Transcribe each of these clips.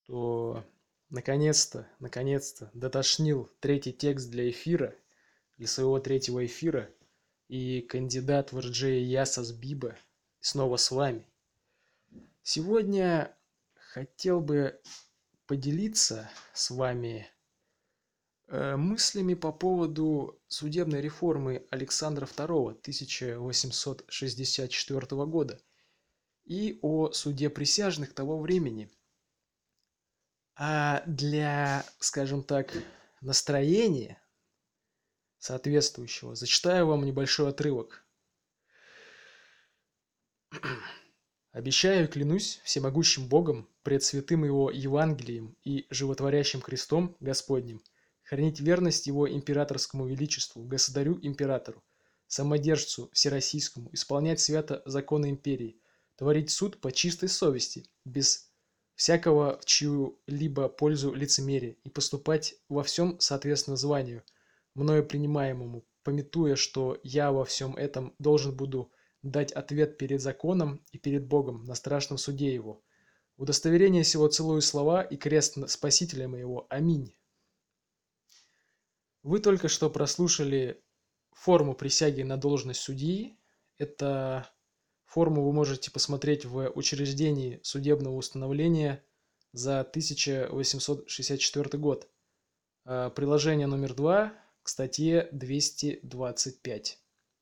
То наконец-то дотошнил третий текст для эфира, для своего третьего эфира, и кандидат в RJ Ясас Биба снова с вами. Сегодня хотел бы поделиться с вами мыслями по поводу судебной реформы Александра II 1864 года и о суде присяжных того времени. А для, скажем так, настроения соответствующего зачитаю вам небольшой отрывок. «Обещаю и клянусь всемогущим Богом, пред святым Его Евангелием и животворящим крестом Господним, хранить верность Его императорскому величеству, государю-императору, самодержцу всероссийскому, исполнять свято законы империи, творить суд по чистой совести, без всякого в чью-либо пользу лицемерия, и поступать во всем соответственно званию, мною принимаемому, памятуя, что я во всем этом должен буду дать ответ перед законом и перед Богом на страшном суде его. В удостоверение сего целую слова и крест Спасителя моего. Аминь». Вы только что прослушали форму присяги на должность судьи. Это форму вы можете посмотреть в учреждении судебного установления за 1864 год. Приложение номер 2 к статье 225.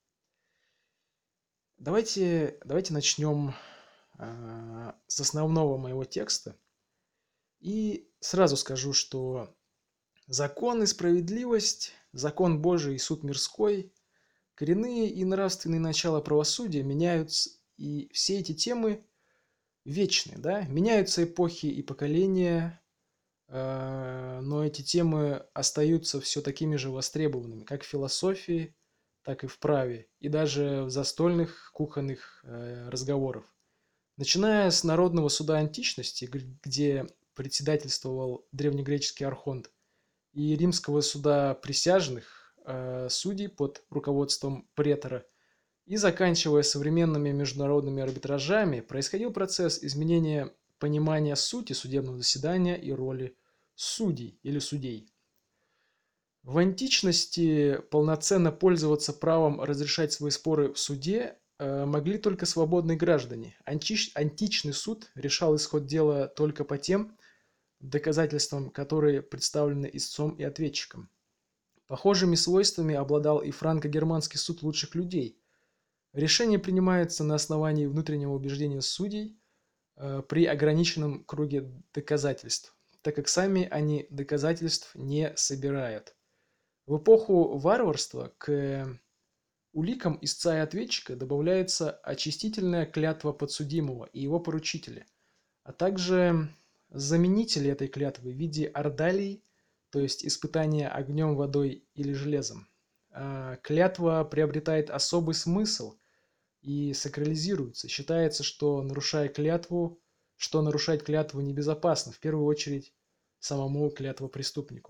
Давайте начнем с основного моего текста. И сразу скажу, что закон и справедливость, закон Божий и суд мирской, коренные и нравственные начала правосудия меняются, и все эти темы вечны, да? Меняются эпохи и поколения, но эти темы остаются все такими же востребованными, как в философии, так и в праве, и даже в застольных кухонных разговорах. Начиная с народного суда античности, где председательствовал древнегреческий архонт, и римского суда присяжных судей под руководством претора, и заканчивая современными международными арбитражами, происходил процесс изменения понимания сути судебного заседания и роли судей или судей. В античности полноценно пользоваться правом разрешать свои споры в суде могли только свободные граждане. Античный суд решал исход дела только по тем доказательствам, которые представлены истцом и ответчиком. Похожими свойствами обладал и франко-германский суд лучших людей. Решение принимается на основании внутреннего убеждения судей при ограниченном круге доказательств, так как сами они доказательств не собирают. В эпоху варварства к уликам истца и ответчика добавляется очистительная клятва подсудимого и его поручителя, а также заменители этой клятвы в виде ордалий, то есть испытания огнем, водой или железом. Клятва приобретает особый смысл и сакрализируется. Считается, что нарушать клятву небезопасно, в первую очередь самому клятвопреступнику.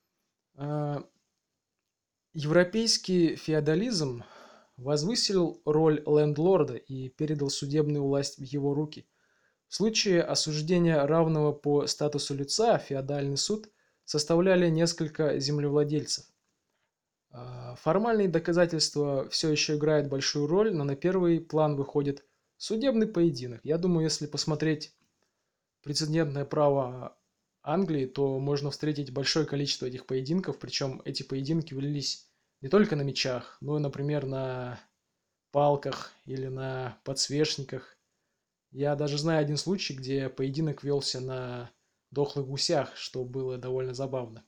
Европейский феодализм возвысил роль лендлорда и передал судебную власть в его руки. В случае осуждения равного по статусу лица феодальный суд составляли несколько землевладельцев. Формальные доказательства все еще играют большую роль, но на первый план выходит судебный поединок. Я думаю, если посмотреть прецедентное право Англии, то можно встретить большое количество этих поединков, причем эти поединки велись не только на мечах, но и, например, на палках или на подсвечниках. Я даже знаю один случай, где поединок велся на дохлых гусях, что было довольно забавно.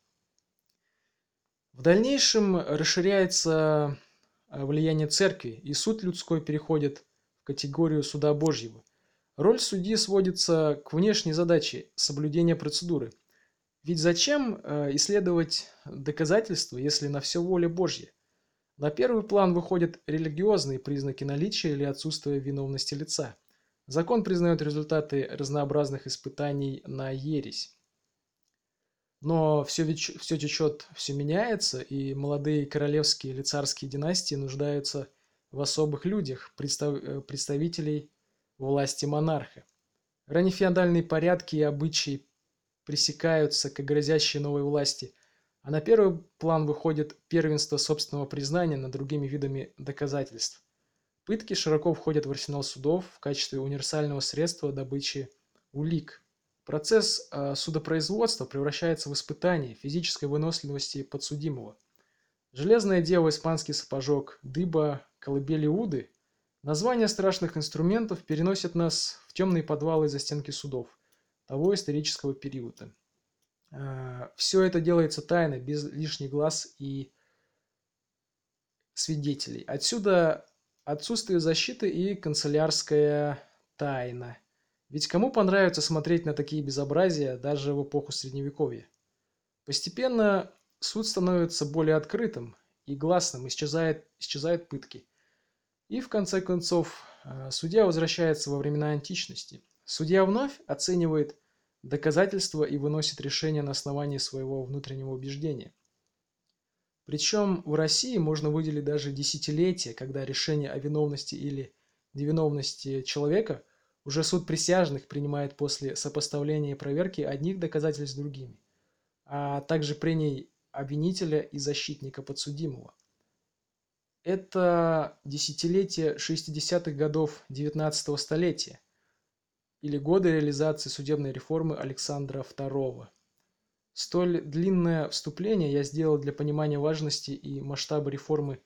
В дальнейшем расширяется влияние церкви, и суд людской переходит в категорию суда Божьего. Роль судьи сводится к внешней задаче соблюдения процедуры. Ведь зачем исследовать доказательства, если на все воля Божья? На первый план выходят религиозные признаки наличия или отсутствия виновности лица. Закон признает результаты разнообразных испытаний на ересь. Но все течет, все меняется, и молодые королевские или царские династии нуждаются в особых людях, представителей власти монарха. Раннефеодальные порядки и обычаи пресекаются как грозящие новой власти, а на первый план выходит первенство собственного признания над другими видами доказательств. Пытки широко входят в арсенал судов в качестве универсального средства добычи улик. Процесс судопроизводства превращается в испытание физической выносливости подсудимого. Железное дело, испанский сапожок, дыба, колыбели Уды – названия страшных инструментов переносят нас в темные подвалы и застенки судов того исторического периода. Все это делается тайно, без лишних глаз и свидетелей. Отсюда отсутствие защиты и канцелярская тайна. Ведь кому понравится смотреть на такие безобразия даже в эпоху Средневековья? Постепенно суд становится более открытым и гласным, исчезают пытки. И в конце концов судья возвращается во времена античности. Судья вновь оценивает доказательства и выносит решение на основании своего внутреннего убеждения. Причем в России можно выделить даже десятилетия, когда решение о виновности или невиновности человека уже суд присяжных принимает после сопоставления и проверки одних доказательств с другими, а также прений обвинителя и защитника подсудимого. Это десятилетие 60-х годов 19 столетия или годы реализации судебной реформы Александра II. Столь длинное вступление я сделал для понимания важности и масштаба реформы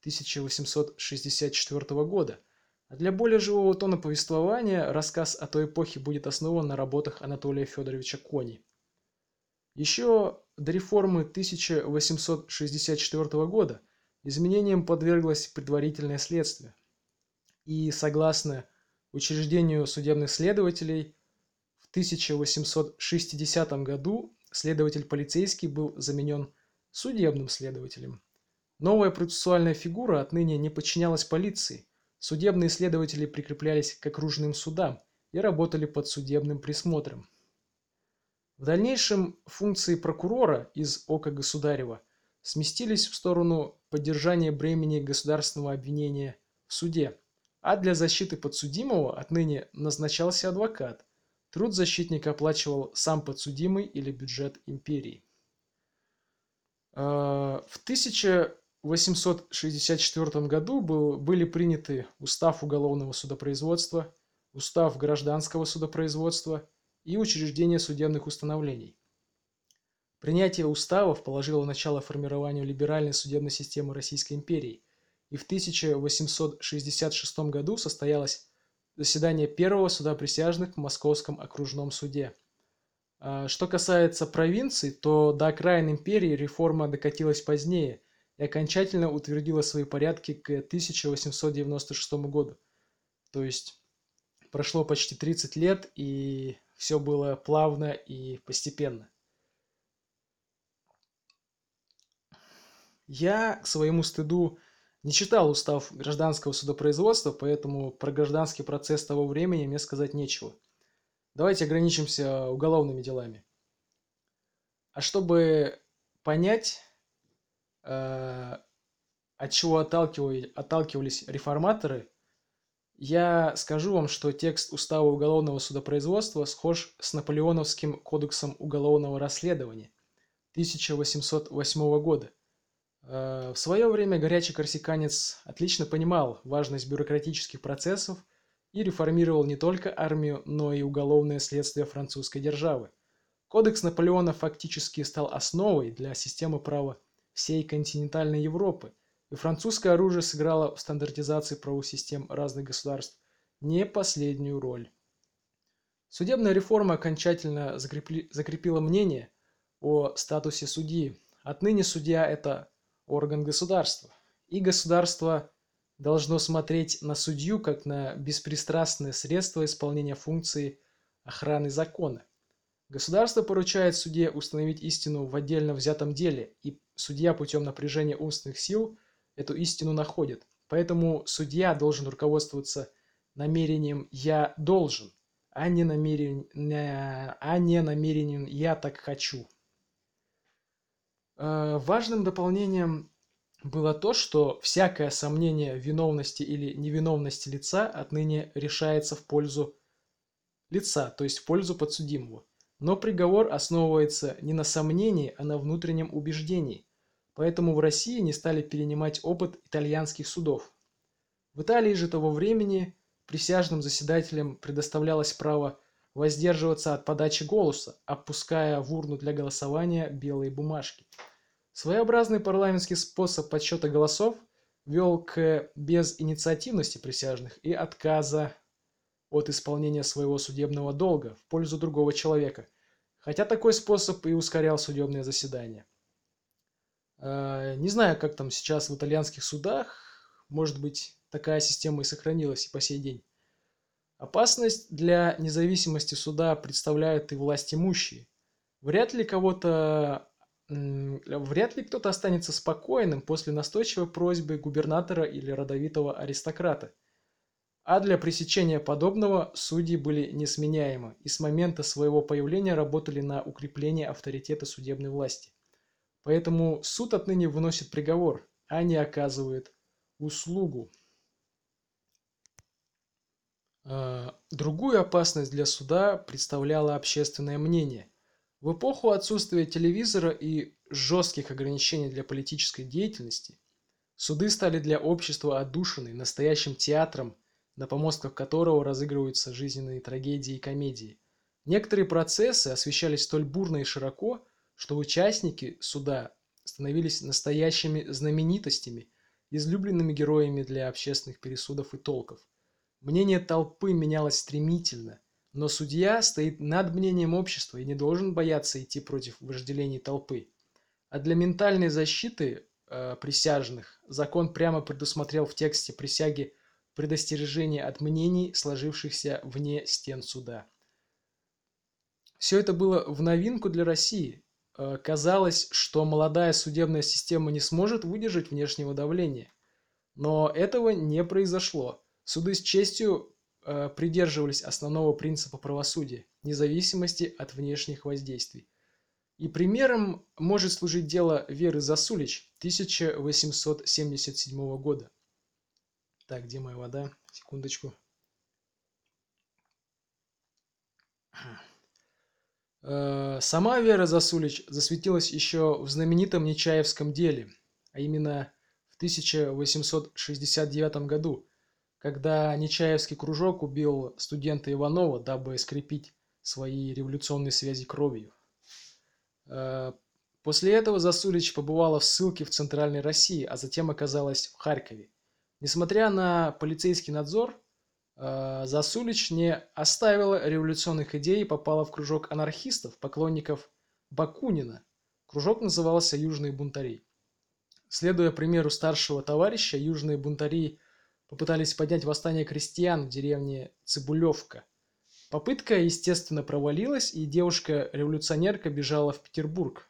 1864 года, а для более живого тона повествования рассказ о той эпохе будет основан на работах Анатолия Федоровича Кони. Еще до реформы 1864 года изменениям подверглось предварительное следствие. И согласно учреждению судебных следователей, в 1860 году следователь-полицейский был заменен судебным следователем. Новая процессуальная фигура отныне не подчинялась полиции. Судебные следователи прикреплялись к окружным судам и работали под судебным присмотром. В дальнейшем функции прокурора из ока государева сместились в сторону поддержания бремени государственного обвинения в суде, а для защиты подсудимого отныне назначался адвокат. Труд защитника оплачивал сам подсудимый или бюджет империи. В 1864 году были приняты Устав уголовного судопроизводства, Устав гражданского судопроизводства и учреждение судебных установлений. Принятие уставов положило начало формированию либеральной судебной системы Российской империи, и в 1866 году состоялось заседание первого суда присяжных в Московском окружном суде. Что касается провинций, то до окраин империи реформа докатилась позднее и окончательно утвердила свои порядки к 1896 году. То есть прошло почти 30 лет, и все было плавно и постепенно. Я, к своему стыду, не читал устав гражданского судопроизводства, поэтому про гражданский процесс того времени мне сказать нечего. Давайте ограничимся уголовными делами. А чтобы понять, от чего отталкивались реформаторы, я скажу вам, что текст Устава уголовного судопроизводства схож с Наполеоновским кодексом уголовного расследования 1808 года. В свое время горячий корсиканец отлично понимал важность бюрократических процессов и реформировал не только армию, но и уголовное следствие французской державы. Кодекс Наполеона фактически стал основой для системы права всей континентальной Европы, и французское оружие сыграло в стандартизации правовых систем разных государств не последнюю роль. Судебная реформа окончательно закрепила мнение о статусе судьи. Отныне судья – это орган государства, и государство должно смотреть на судью как на беспристрастное средство исполнения функции охраны закона. Государство поручает судье установить истину в отдельно взятом деле, и судья путем напряжения умственных сил эту истину находит. Поэтому судья должен руководствоваться намерением «я должен», а не намерением «я так хочу». Важным дополнением было то, что всякое сомнение в виновности или невиновности лица отныне решается в пользу лица, то есть в пользу подсудимого. Но приговор основывается не на сомнении, а на внутреннем убеждении. Поэтому в России не стали перенимать опыт итальянских судов. В Италии же того времени присяжным заседателям предоставлялось право воздерживаться от подачи голоса, опуская в урну для голосования белые бумажки. Своеобразный парламентский способ подсчета голосов вел к безинициативности присяжных и отказа от исполнения своего судебного долга в пользу другого человека, хотя такой способ и ускорял судебные заседания. Не знаю, как там сейчас в итальянских судах, может быть, такая система и сохранилась и по сей день. Опасность для независимости суда представляют и власть имущие. Вряд ли кто-то останется спокойным после настойчивой просьбы губернатора или родовитого аристократа. А для пресечения подобного судьи были несменяемы и с момента своего появления работали на укрепление авторитета судебной власти. Поэтому суд отныне выносит приговор, а не оказывает услугу. Другую опасность для суда представляло общественное мнение. В эпоху отсутствия телевизора и жестких ограничений для политической деятельности суды стали для общества отдушиной, настоящим театром, на помостках которого разыгрываются жизненные трагедии и комедии. Некоторые процессы освещались столь бурно и широко, что участники суда становились настоящими знаменитостями, излюбленными героями для общественных пересудов и толков. Мнение толпы менялось стремительно, но судья стоит над мнением общества и не должен бояться идти против вожделений толпы. А для ментальной защиты присяжных закон прямо предусмотрел в тексте присяги предостережение от мнений, сложившихся вне стен суда. Все это было в новинку для России. Казалось, что молодая судебная система не сможет выдержать внешнего давления. Но этого не произошло. Суды с честью придерживались основного принципа правосудия – независимости от внешних воздействий. И примером может служить дело Веры Засулич 1877 года. Так, где моя вода? Секундочку. Сама Вера Засулич засветилась еще в знаменитом Нечаевском деле, а именно в 1869 году, когда Нечаевский кружок убил студента Иванова, дабы скрепить свои революционные связи кровью. После этого Засулич побывала в ссылке в Центральной России, а затем оказалась в Харькове. Несмотря на полицейский надзор, Засулич не оставила революционных идей и попала в кружок анархистов, поклонников Бакунина. Кружок назывался «Южные бунтари». Следуя примеру старшего товарища, южные бунтари попытались поднять восстание крестьян в деревне Цибулевка. Попытка, естественно, провалилась, и девушка-революционерка бежала в Петербург.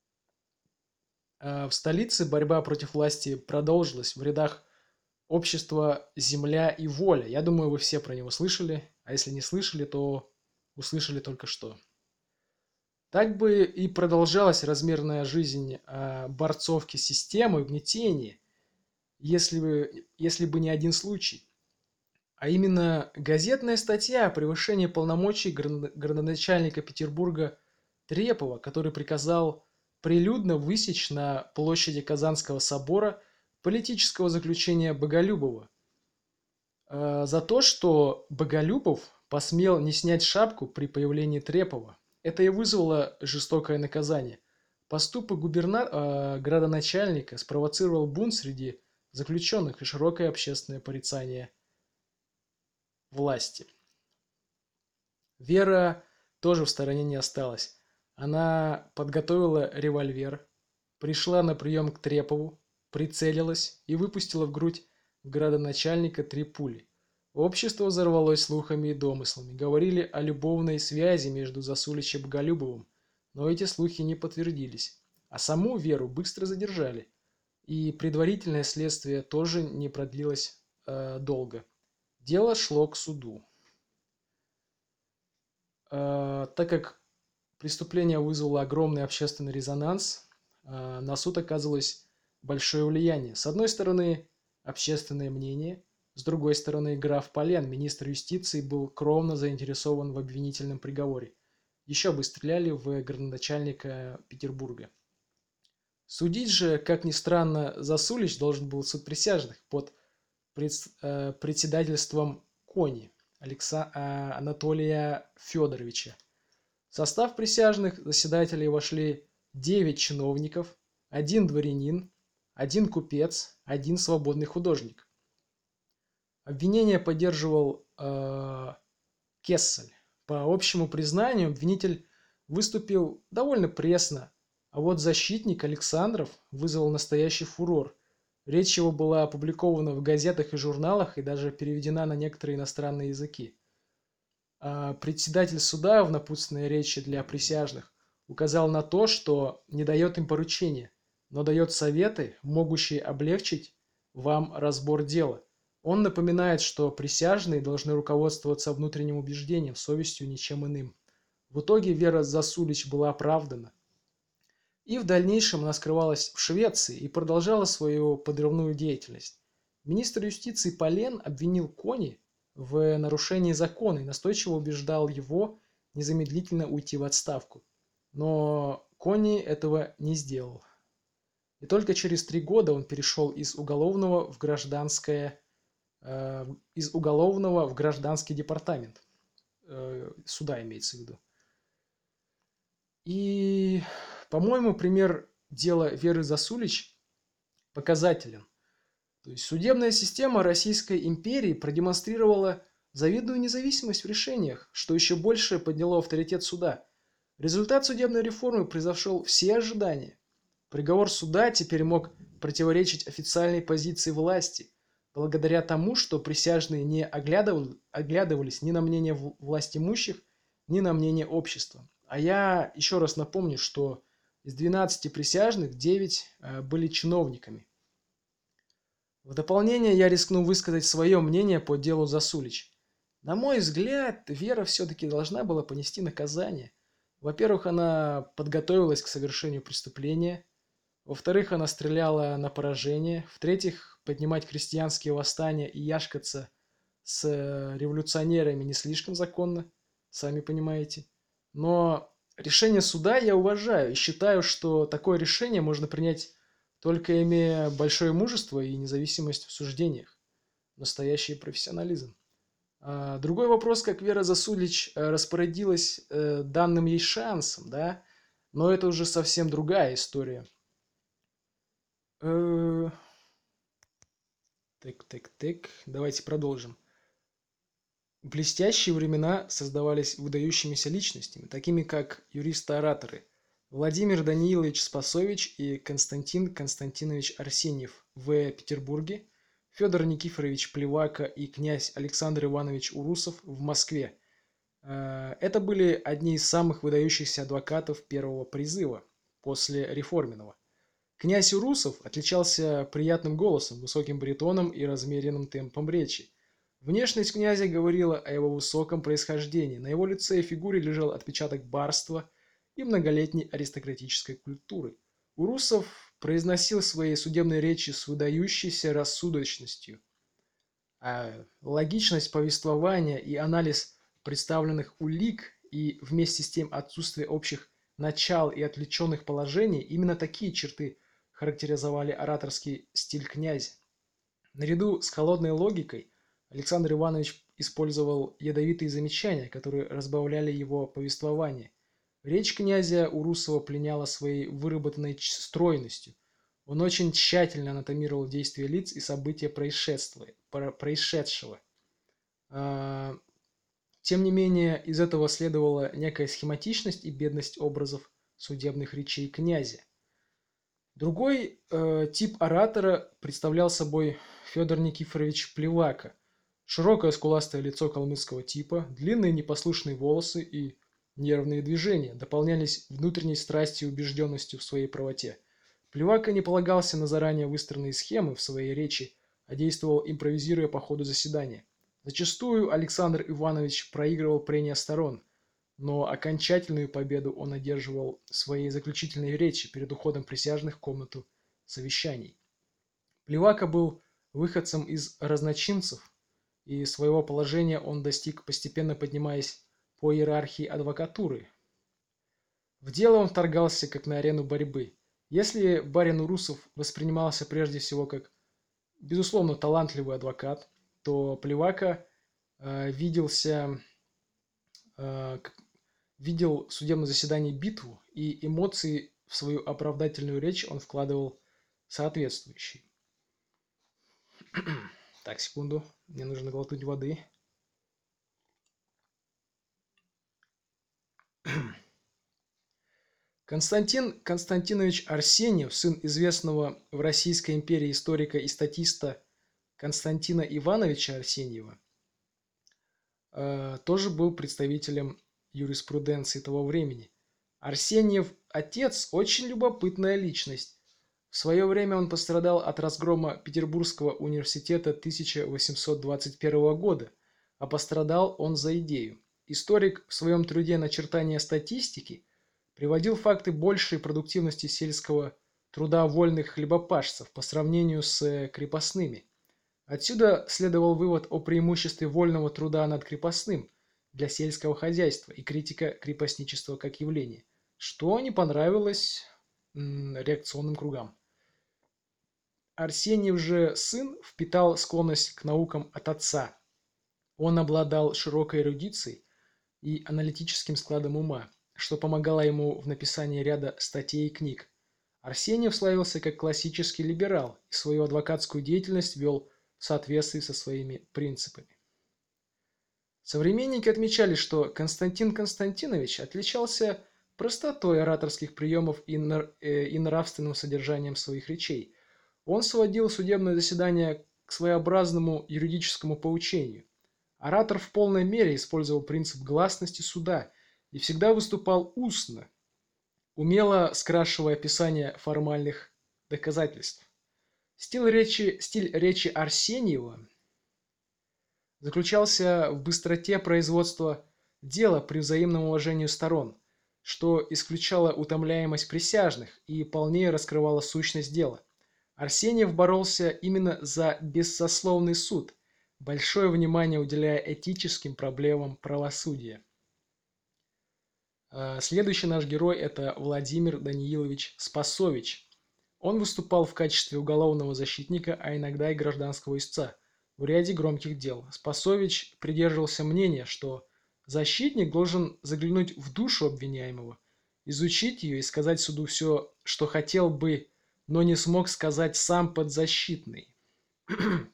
В столице борьба против власти продолжилась в рядах общества «Земля и воля». Я думаю, вы все про него слышали, а если не слышали, то услышали только что. Так бы и продолжалась размерная жизнь борцовки системы, угнетения, если бы не один случай. А именно газетная статья о превышении полномочий градоначальника Петербурга Трепова, который приказал прилюдно высечь на площади Казанского собора политического заключения Боголюбова за то, что Боголюбов посмел не снять шапку при появлении Трепова. Это и вызвало жестокое наказание. Поступок градоначальника спровоцировал бунт среди заключенных и широкое общественное порицание власти. Вера тоже в стороне не осталась. Она подготовила револьвер, пришла на прием к Трепову, прицелилась и выпустила в грудь градоначальника 3 пули. Общество взорвалось слухами и домыслами. Говорили о любовной связи между Засуличем и Боголюбовым, но эти слухи не подтвердились. А саму Веру быстро задержали. И предварительное следствие тоже не продлилось долго. Дело шло к суду. Так как преступление вызвало огромный общественный резонанс, на суд оказывалось большое влияние. С одной стороны, общественное мнение, с другой стороны, граф Полен, министр юстиции, был кровно заинтересован в обвинительном приговоре. еще бы стреляли в градоначальника Петербурга. Судить же, как ни странно, Засулич должен был суд присяжных под председательством Кони Анатолия Федоровича. В состав присяжных заседателей вошли 9 чиновников, 1 дворянин, 1 купец, 1 свободный художник. Обвинение поддерживал Кессель. По общему признанию, обвинитель выступил довольно пресно, а вот защитник Александров вызвал настоящий фурор. Речь его была опубликована в газетах и журналах и даже переведена на некоторые иностранные языки. А председатель суда в напутственной речи для присяжных указал на то, что не дает им поручения, но дает советы, могущие облегчить вам разбор дела. Он напоминает, что присяжные должны руководствоваться внутренним убеждением, совестью, ничем иным. В итоге Вера Засулич была оправдана. И в дальнейшем она скрывалась в Швеции и продолжала свою подрывную деятельность. Министр юстиции Полен обвинил Кони в нарушении закона и настойчиво убеждал его незамедлительно уйти в отставку. Но Кони этого не сделал. И только через 3 года он перешел из уголовного в гражданский департамент. Суда имеется в виду. И, по-моему, пример дела Веры Засулич показателен. То есть судебная система Российской империи продемонстрировала завидную независимость в решениях, что еще больше подняло авторитет суда. Результат судебной реформы превзошел все ожидания. Приговор суда теперь мог противоречить официальной позиции власти, благодаря тому, что присяжные не оглядывались ни на мнение властимущих, ни на мнение общества. А я еще раз напомню, что из 12 присяжных 9 были чиновниками. В дополнение я рискну высказать свое мнение по делу Засулич. На мой взгляд, Вера все-таки должна была понести наказание. Во-первых, она подготовилась к совершению преступления. Во-вторых, она стреляла на поражение. В-третьих, поднимать крестьянские восстания и яшкаться с революционерами не слишком законно, сами понимаете. Но решение суда я уважаю и считаю, что такое решение можно принять только имея большое мужество и независимость в суждениях. Настоящий профессионализм. Другой вопрос, как Вера Засулич распорядилась данным ей шансом, да? Но это уже совсем другая история. Давайте продолжим. В блестящие времена создавались выдающимися личностями, такими как юристы-ораторы Владимир Даниилович Спасович и Константин Константинович Арсеньев в Петербурге, Федор Никифорович Плевака и князь Александр Иванович Урусов в Москве. Это были одни из самых выдающихся адвокатов первого призыва после реформенного. Князь Урусов отличался приятным голосом, высоким баритоном и размеренным темпом речи. Внешность князя говорила о его высоком происхождении, на его лице и фигуре лежал отпечаток барства и многолетней аристократической культуры. Урусов произносил свои судебные речи с выдающейся рассудочностью. Логичность повествования и анализ представленных улик и вместе с тем отсутствие общих начал и отвлеченных положений, именно такие черты характеризовали ораторский стиль князя. Наряду с холодной логикой Александр Иванович использовал ядовитые замечания, которые разбавляли его повествование. Речь князя Урусова пленяла своей выработанной стройностью. Он очень тщательно анатомировал действия лиц и события происшедшего. Тем не менее, из этого следовала некая схематичность и бедность образов судебных речей князя. Другой тип оратора представлял собой Федор Никифорович Плевака. Широкое скуластое лицо калмыцкого типа, длинные непослушные волосы и нервные движения дополнялись внутренней страстью и убежденностью в своей правоте. Плевака не полагался на заранее выстроенные схемы в своей речи, а действовал, импровизируя по ходу заседания. Зачастую Александр Иванович проигрывал прения сторон, но окончательную победу он одерживал в своей заключительной речи перед уходом присяжных в комнату совещаний. Плевака был выходцем из разночинцев, и своего положения он достиг, постепенно поднимаясь по иерархии адвокатуры. В дело он вторгался как на арену борьбы. Если барин Урусов воспринимался прежде всего как, безусловно, талантливый адвокат, то Плевака виделся, видел в судебном заседании битву, и эмоции в свою оправдательную речь он вкладывал соответствующие. Так, секунду, мне нужно глотнуть воды. Константин Константинович Арсеньев, сын известного в Российской империи историка и статиста Константина Ивановича Арсеньева, тоже был представителем юриспруденции того времени. Арсеньев отец очень любопытная личность. В свое время он пострадал от разгрома Петербургского университета 1821 года, а пострадал он за идею. Историк в своем труде «Начертание статистики» приводил факты большей продуктивности сельского труда вольных хлебопашцев по сравнению с крепостными. Отсюда следовал вывод о преимуществе вольного труда над крепостным для сельского хозяйства и критика крепостничества как явления, что не понравилось реакционным кругам. Арсеньев же сын впитал склонность к наукам от отца. Он обладал широкой эрудицией и аналитическим складом ума, что помогало ему в написании ряда статей и книг. Арсеньев славился как классический либерал и свою адвокатскую деятельность вел в соответствии со своими принципами. Современники отмечали, что Константин Константинович отличался простотой ораторских приемов и нравственным содержанием своих речей. Он сводил судебное заседание к своеобразному юридическому поучению. Оратор в полной мере использовал принцип гласности суда и всегда выступал устно, умело скрашивая описание формальных доказательств. Стиль речи Арсеньева заключался в быстроте производства дела при взаимном уважении сторон, что исключало утомляемость присяжных и полнее раскрывало сущность дела. Арсеньев боролся именно за бессословный суд, большое внимание уделяя этическим проблемам правосудия. Следующий наш герой – это Владимир Даниилович Спасович. Он выступал в качестве уголовного защитника, а иногда и гражданского истца в ряде громких дел. Спасович придерживался мнения, что защитник должен заглянуть в душу обвиняемого, изучить ее и сказать суду все, что хотел бы, но не смог сказать сам подзащитный. В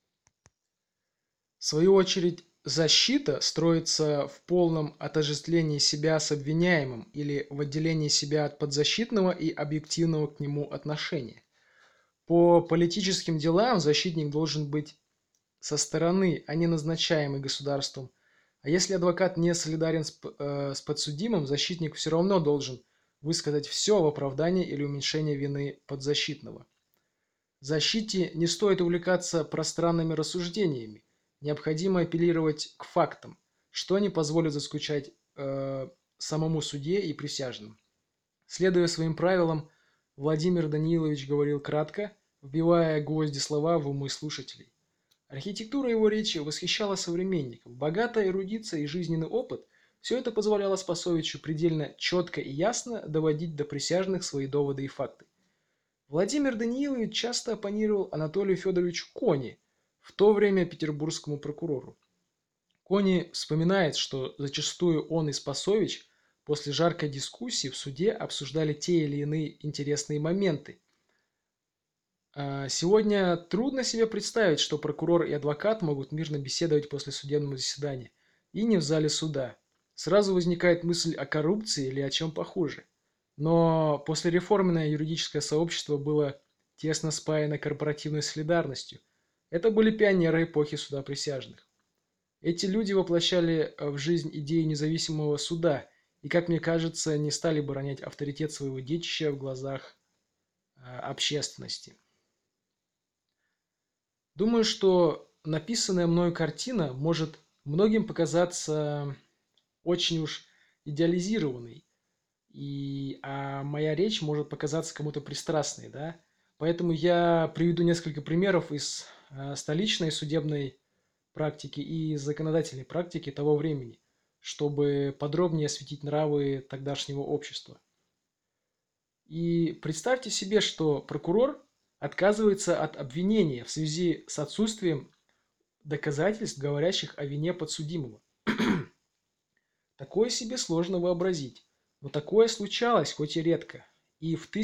свою очередь, защита строится в полном отождествлении себя с обвиняемым или в отделении себя от подзащитного и объективного к нему отношения. По политическим делам защитник должен быть со стороны, а не назначаемый государством. А если адвокат не солидарен с подсудимым, защитник все равно должен высказать все в оправдание или уменьшение вины подзащитного. Защите не стоит увлекаться пространными рассуждениями. Необходимо апеллировать к фактам, что не позволит заскучать самому судье и присяжным. Следуя своим правилам, Владимир Даниилович говорил кратко, вбивая гвозди слова в умы слушателей. Архитектура его речи восхищала современников. Богатая эрудиция и жизненный опыт – все это позволяло Спасовичу предельно четко и ясно доводить до присяжных свои доводы и факты. Владимир Даниилович часто оппонировал Анатолию Федоровичу Кони, в то время петербургскому прокурору. Кони вспоминает, что зачастую он и Спасович после жаркой дискуссии в суде обсуждали те или иные интересные моменты. Сегодня трудно себе представить, что прокурор и адвокат могут мирно беседовать после судебного заседания и не в зале суда. Сразу возникает мысль о коррупции или о чем похуже. Но послереформенное юридическое сообщество было тесно спаяно корпоративной солидарностью. Это были пионеры эпохи суда присяжных. Эти люди воплощали в жизнь идею независимого суда и, как мне кажется, не стали бы ронять авторитет своего детища в глазах общественности. Думаю, что написанная мною картина может многим показаться очень уж идеализированной, а моя речь может показаться кому-то пристрастной, да? Поэтому я приведу несколько примеров из столичной судебной практики и законодательной практики того времени, чтобы подробнее осветить нравы тогдашнего общества. И представьте себе, что прокурор отказывается от обвинения в связи с отсутствием доказательств, говорящих о вине подсудимого. Такое себе сложно вообразить, но такое случалось, хоть и редко. И в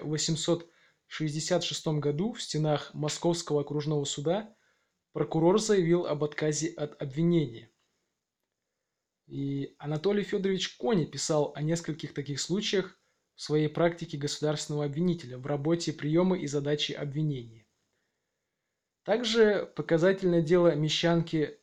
1866 году в стенах Московского окружного суда прокурор заявил об отказе от обвинения. И Анатолий Федорович Кони писал о нескольких таких случаях в своей практике государственного обвинителя в работе приема и задачи обвинения. Также показательное дело мещанки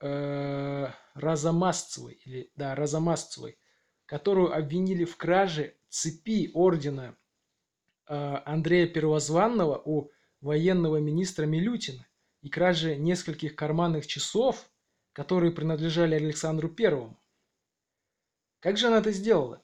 Разомасцевой, которую обвинили в краже цепи ордена Андрея Первозванного у военного министра Милютина и краже нескольких карманных часов, которые принадлежали Александру Первому. Как же она это сделала?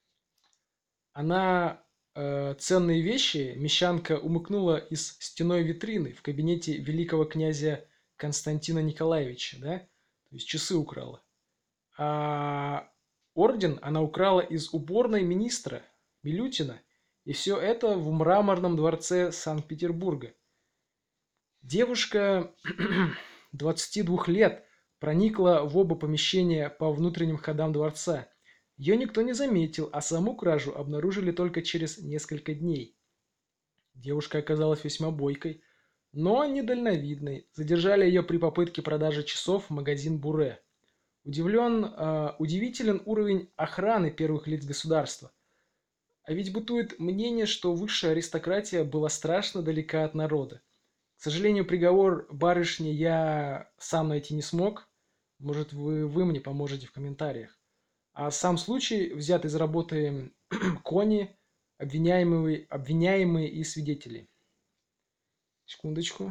Она ценные вещи мещанка умыкнула из стенной витрины в кабинете великого князя Константина Николаевича, да? То есть часы украла. А орден она украла из уборной министра Милютина, и все это в мраморном дворце Санкт-Петербурга. Девушка 22 лет проникла в оба помещения по внутренним ходам дворца. Ее никто не заметил, а саму кражу обнаружили только через несколько дней. Девушка оказалась весьма бойкой, но недальновидной. Задержали ее при попытке продажи часов в магазин Буре. Удивителен уровень охраны первых лиц государства. А ведь бытует мнение, что высшая аристократия была страшно далека от народа. К сожалению, приговор барышни я сам найти не смог. Может, вы мне поможете в комментариях. А сам случай взят из работы Кони, обвиняемые и свидетели. Секундочку.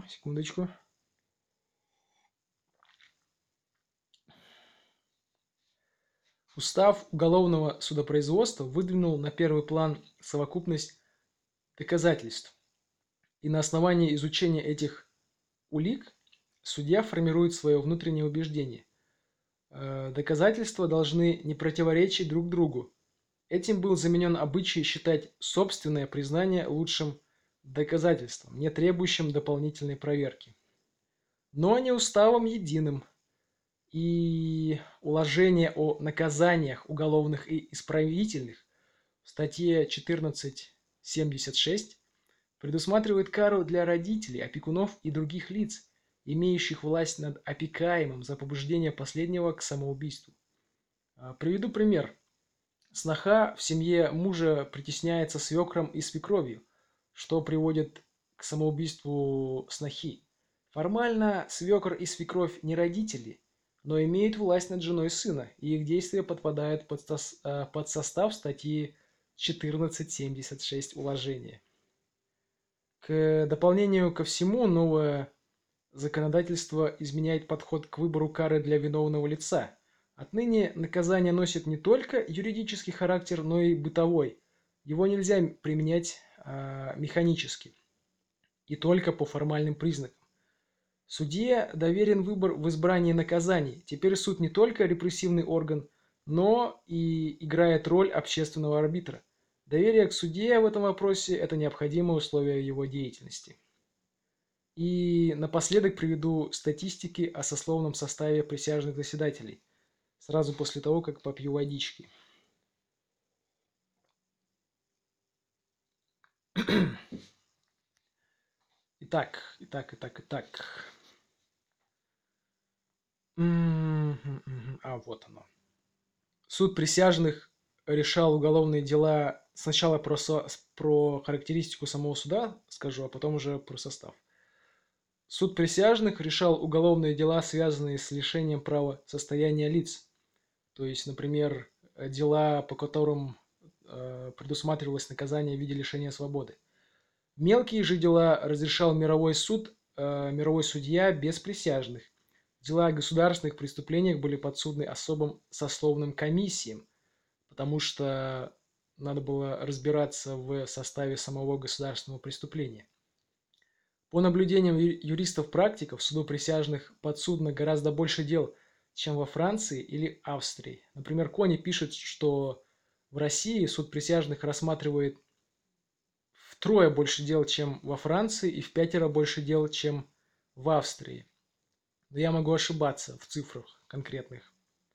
Устав уголовного судопроизводства выдвинул на первый план совокупность доказательств. И на основании изучения этих улик судья формирует свое внутреннее убеждение. Доказательства должны не противоречить друг другу. Этим был заменен обычай считать собственное признание лучшим доказательством, не требующим дополнительной проверки. Но не уставом единым. И уложение о наказаниях уголовных и исправительных в статье 1476 предусматривает кару для родителей, опекунов и других лиц, имеющих власть над опекаемым за побуждение последнего к самоубийству. Приведу пример. Сноха в семье мужа притесняется свекром и свекровью, что приводит к самоубийству снохи. Формально свекр и свекровь не родители, но имеют власть над женой сына, и их действия подпадают под состав статьи 1476 уложения. К дополнению ко всему, новое законодательство изменяет подход к выбору кары для виновного лица. Отныне наказание носит не только юридический характер, но и бытовой. Его нельзя применять механически и только по формальным признакам. Судье доверен выбор в избрании наказаний. Теперь суд не только репрессивный орган, но и играет роль общественного арбитра. Доверие к судье в этом вопросе – это необходимое условие его деятельности. И напоследок приведу статистики о сословном составе присяжных заседателей, сразу после того, как попью водички. Итак. Вот оно. Суд присяжных решал уголовные дела. Сначала про характеристику самого суда скажу, а потом уже про состав. Суд присяжных решал уголовные дела, связанные с лишением права состояния лиц. То есть, например, дела, по которым предусматривалось наказание в виде лишения свободы. Мелкие же дела разрешал мировой суд, мировой судья без присяжных. Дела о государственных преступлениях были подсудны особым сословным комиссиям, потому что надо было разбираться в составе самого государственного преступления. По наблюдениям юристов-практиков, суду присяжных подсудно гораздо больше дел, чем во Франции или Австрии. Например, Кони пишет, что в России суд присяжных рассматривает втрое больше дел, чем во Франции, и в 5 больше дел, чем в Австрии. Но я могу ошибаться в цифрах конкретных.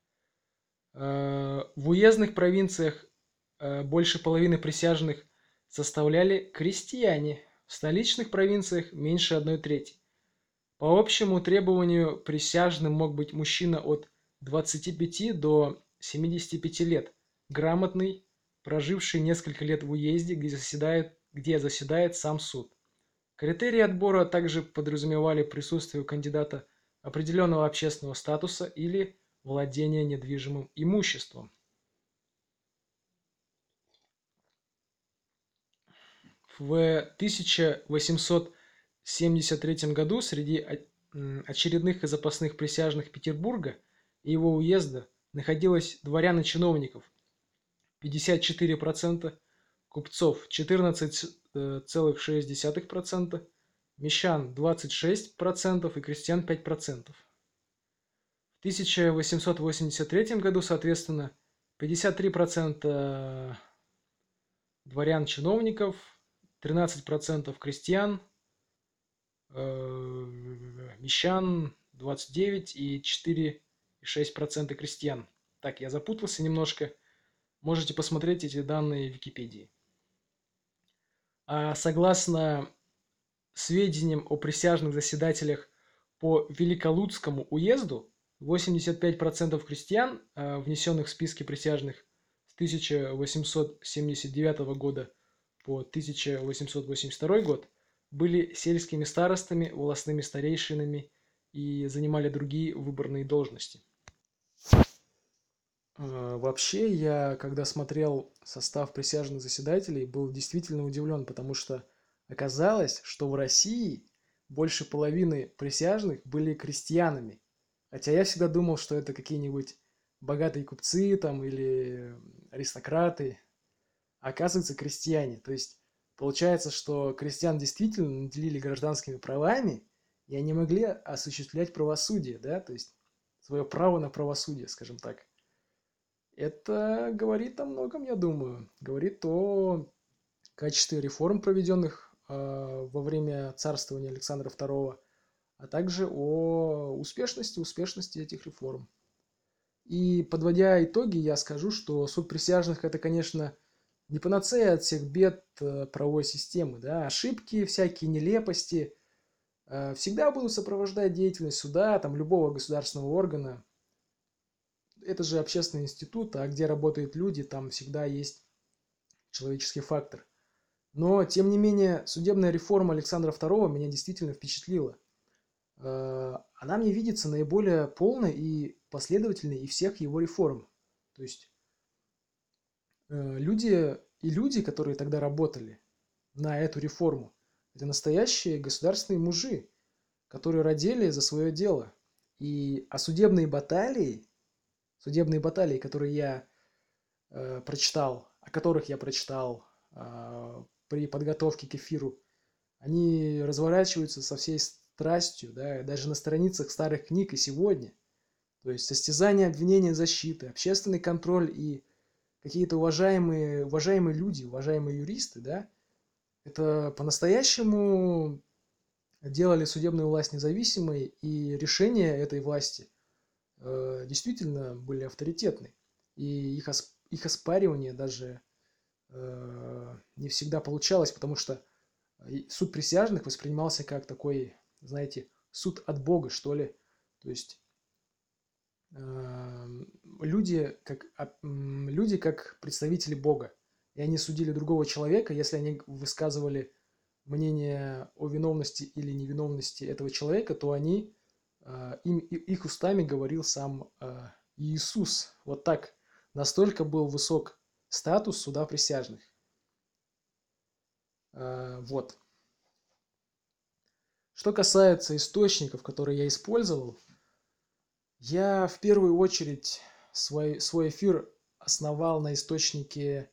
В уездных провинциях больше половины присяжных составляли крестьяне, в столичных провинциях меньше 1/3. По общему требованию присяжным мог быть мужчина от 25 до 75 лет, грамотный, проживший несколько лет в уезде, где заседает сам суд. Критерии отбора также подразумевали присутствие у кандидата определенного общественного статуса или владение недвижимым имуществом. В 1873 году среди очередных и запасных присяжных Петербурга и его уезда находилось дворян и чиновников 54%, купцов 14,6%, мещан 26% и крестьян 5%. В 1883 году, соответственно, 53% дворян-чиновников, 13% крестьян, мещан 29% и 4,6% крестьян. Так, я запутался немножко. Можете посмотреть эти данные в Википедии. Согласно сведениям о присяжных заседателях по Великолудскому уезду, 85% крестьян, внесенных в списки присяжных с 1879 года по 1882 год, были сельскими старостами, волостными старейшинами и занимали другие выборные должности. Вообще, я, когда смотрел состав присяжных заседателей, был действительно удивлен, потому что оказалось, что в России больше половины присяжных были крестьянами. Хотя я всегда думал, что это какие-нибудь богатые купцы там или аристократы. А оказывается, крестьяне. То есть получается, что крестьян действительно наделили гражданскими правами, и они могли осуществлять правосудие, да, то есть свое право на правосудие, скажем так. Это говорит о многом, я думаю. Говорит о качестве реформ, проведенных во время царствования Александра II, а также о успешности этих реформ. И подводя итоги, я скажу, что суд присяжных – это, конечно, не панацея от всех бед правовой системы. Да? Ошибки, всякие нелепости всегда будут сопровождать деятельность суда, там, любого государственного органа. Это же общественный институт, а где работают люди, там всегда есть человеческий фактор. Но, тем не менее, судебная реформа Александра II меня действительно впечатлила. Она мне видится наиболее полной и последовательной из всех его реформ. То есть люди, которые тогда работали на эту реформу, это настоящие государственные мужи, которые родили за свое дело. А судебные баталии, которые я прочитал, о которых я прочитал при подготовке к эфиру, они разворачиваются со всей страстью, да, даже на страницах старых книг и сегодня. То есть состязание, обвинения, защиты, общественный контроль и какие-то уважаемые люди, уважаемые юристы, да, это по-настоящему делали судебную власть независимой, и решения этой власти действительно были авторитетны. И их оспаривание даже не всегда получалось, потому что суд присяжных воспринимался как такой, знаете, суд от Бога, что ли. То есть люди как представители Бога. И они судили другого человека, если они высказывали мнение о виновности или невиновности этого человека, то их устами говорил сам Иисус. Вот так. Настолько был высок статус суда присяжных. Вот. Что касается источников, которые я использовал, я в первую очередь свой эфир основал на источниках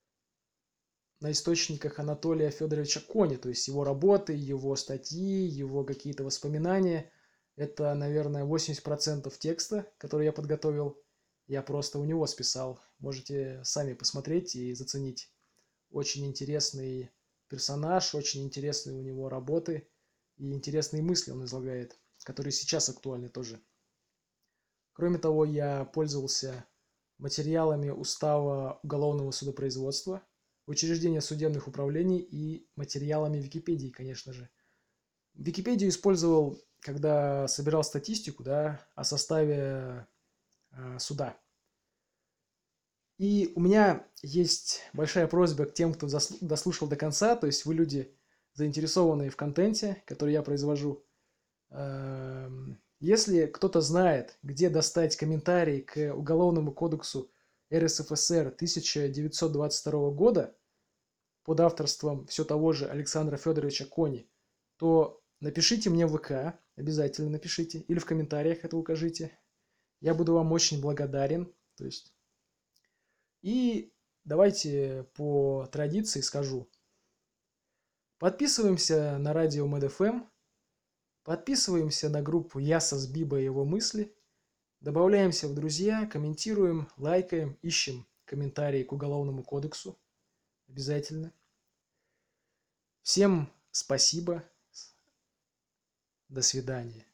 Анатолия Федоровича Кони, то есть его работы, его статьи, его какие-то воспоминания. Это, наверное, 80% текста, который я подготовил. Я просто у него списал. Можете сами посмотреть и заценить. Очень интересный персонаж, очень интересные у него работы и интересные мысли он излагает, которые сейчас актуальны тоже. Кроме того, я пользовался материалами Устава уголовного судопроизводства, учреждения судебных управлений и материалами Википедии, конечно же. Википедию использовал, когда собирал статистику, да, о составе суда. И у меня есть большая просьба к тем, кто дослушал до конца, то есть вы люди, заинтересованные в контенте, который я произвожу. Если кто-то знает, где достать комментарий к Уголовному кодексу РСФСР 1922 года под авторством все того же Александра Федоровича Кони, то напишите мне в ВК, обязательно напишите, или в комментариях это укажите. Я буду вам очень благодарен. То есть... И давайте по традиции скажу. Подписываемся на радио МэдФМ, подписываемся на группу Яса с Биба и его мысли, добавляемся в друзья, комментируем, лайкаем, ищем комментарии к Уголовному кодексу. Обязательно. Всем спасибо. До свидания.